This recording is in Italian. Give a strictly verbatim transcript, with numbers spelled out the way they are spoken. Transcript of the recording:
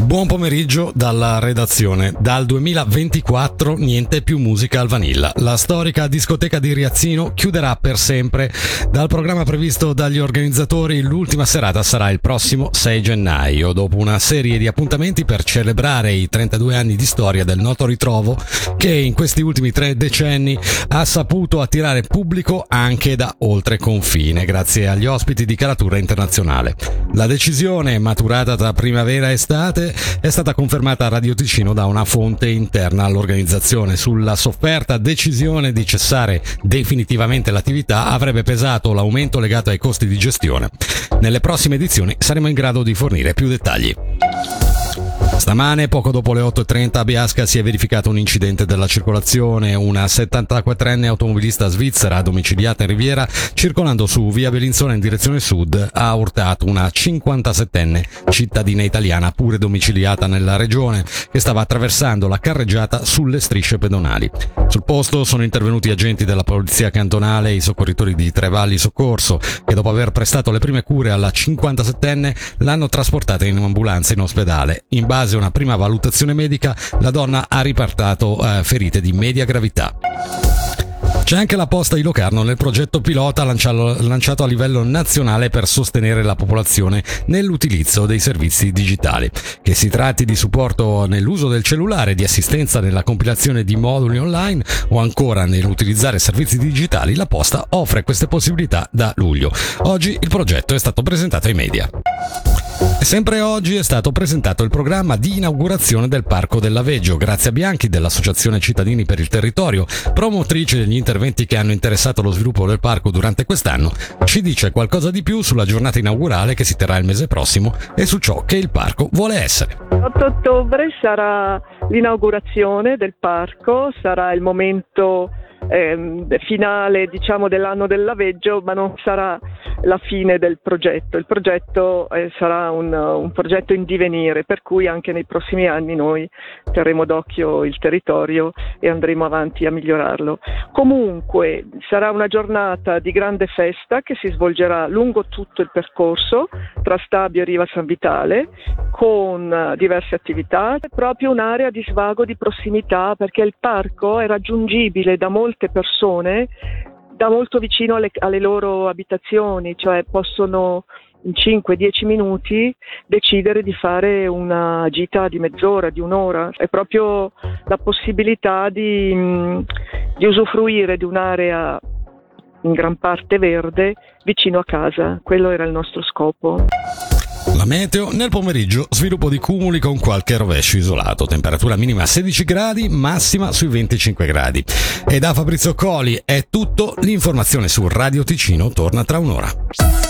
Buon pomeriggio dalla redazione. Dal duemilaventiquattro niente più musica al Vanilla. La storica discoteca di Riazzino chiuderà per sempre. Dal programma previsto dagli organizzatori, l'ultima serata sarà il prossimo sei gennaio, dopo una serie di appuntamenti per celebrare i trentadue anni di storia del noto ritrovo che in questi ultimi tre decenni ha saputo attirare pubblico anche da oltre confine, grazie agli ospiti di caratura internazionale. La decisione, maturata tra primavera e estate, è stata confermata a Radio Ticino da una fonte interna all'organizzazione. Sulla sofferta decisione di cessare definitivamente l'attività avrebbe pesato l'aumento legato ai costi di gestione. Nelle prossime edizioni saremo in grado di fornire più dettagli. Stamane, poco dopo le otto e trenta, a Biasca si è verificato un incidente della circolazione. Una settantaquattrenne automobilista svizzera domiciliata in Riviera, circolando su via Bellinzona in direzione sud, ha urtato una cinquantasettenne cittadina italiana pure domiciliata nella regione, che stava attraversando la carreggiata sulle strisce pedonali. Sul posto sono intervenuti agenti della polizia cantonale e i soccorritori di Trevalli Soccorso, che dopo aver prestato le prime cure alla cinquantasettenne l'hanno trasportata in ambulanza in ospedale. In base a una prima valutazione medica, la donna ha riportato eh, ferite di media gravità. C'è anche la posta di Locarno nel progetto pilota lanciato a livello nazionale per sostenere la popolazione nell'utilizzo dei servizi digitali. Che si tratti di supporto nell'uso del cellulare, di assistenza nella compilazione di moduli online o ancora nell'utilizzare servizi digitali, la posta offre queste possibilità da luglio. Oggi il progetto è stato presentato ai media. E sempre oggi è stato presentato il programma di inaugurazione del Parco del Laveggio. Grazia Bianchi dell'Associazione Cittadini per il Territorio, promotrice degli interventi che hanno interessato lo sviluppo del parco durante quest'anno, ci dice qualcosa di più sulla giornata inaugurale che si terrà il mese prossimo e su ciò che il parco vuole essere. otto ottobre sarà l'inaugurazione del parco, sarà il momento eh, finale, diciamo, dell'anno del laveggio, ma non sarà la fine del progetto. Il progetto eh, sarà un, un progetto in divenire, per cui anche nei prossimi anni noi terremo d'occhio il territorio e andremo avanti a migliorarlo. Comunque sarà una giornata di grande festa che si svolgerà lungo tutto il percorso tra Stabio e Riva San Vitale, con diverse attività, è proprio un'area di svago di prossimità, perché il parco è raggiungibile da molte persone da molto vicino alle, alle loro abitazioni, cioè possono in cinque dieci minuti decidere di fare una gita di mezz'ora, di un'ora. È proprio la possibilità di, di usufruire di un'area in gran parte verde vicino a casa. Quello era il nostro scopo. La meteo: nel pomeriggio sviluppo di cumuli con qualche rovescio isolato, temperatura minima sedici gradi, massima sui venticinque gradi. E da Fabrizio Coli è tutto, l'informazione su Radio Ticino torna tra un'ora.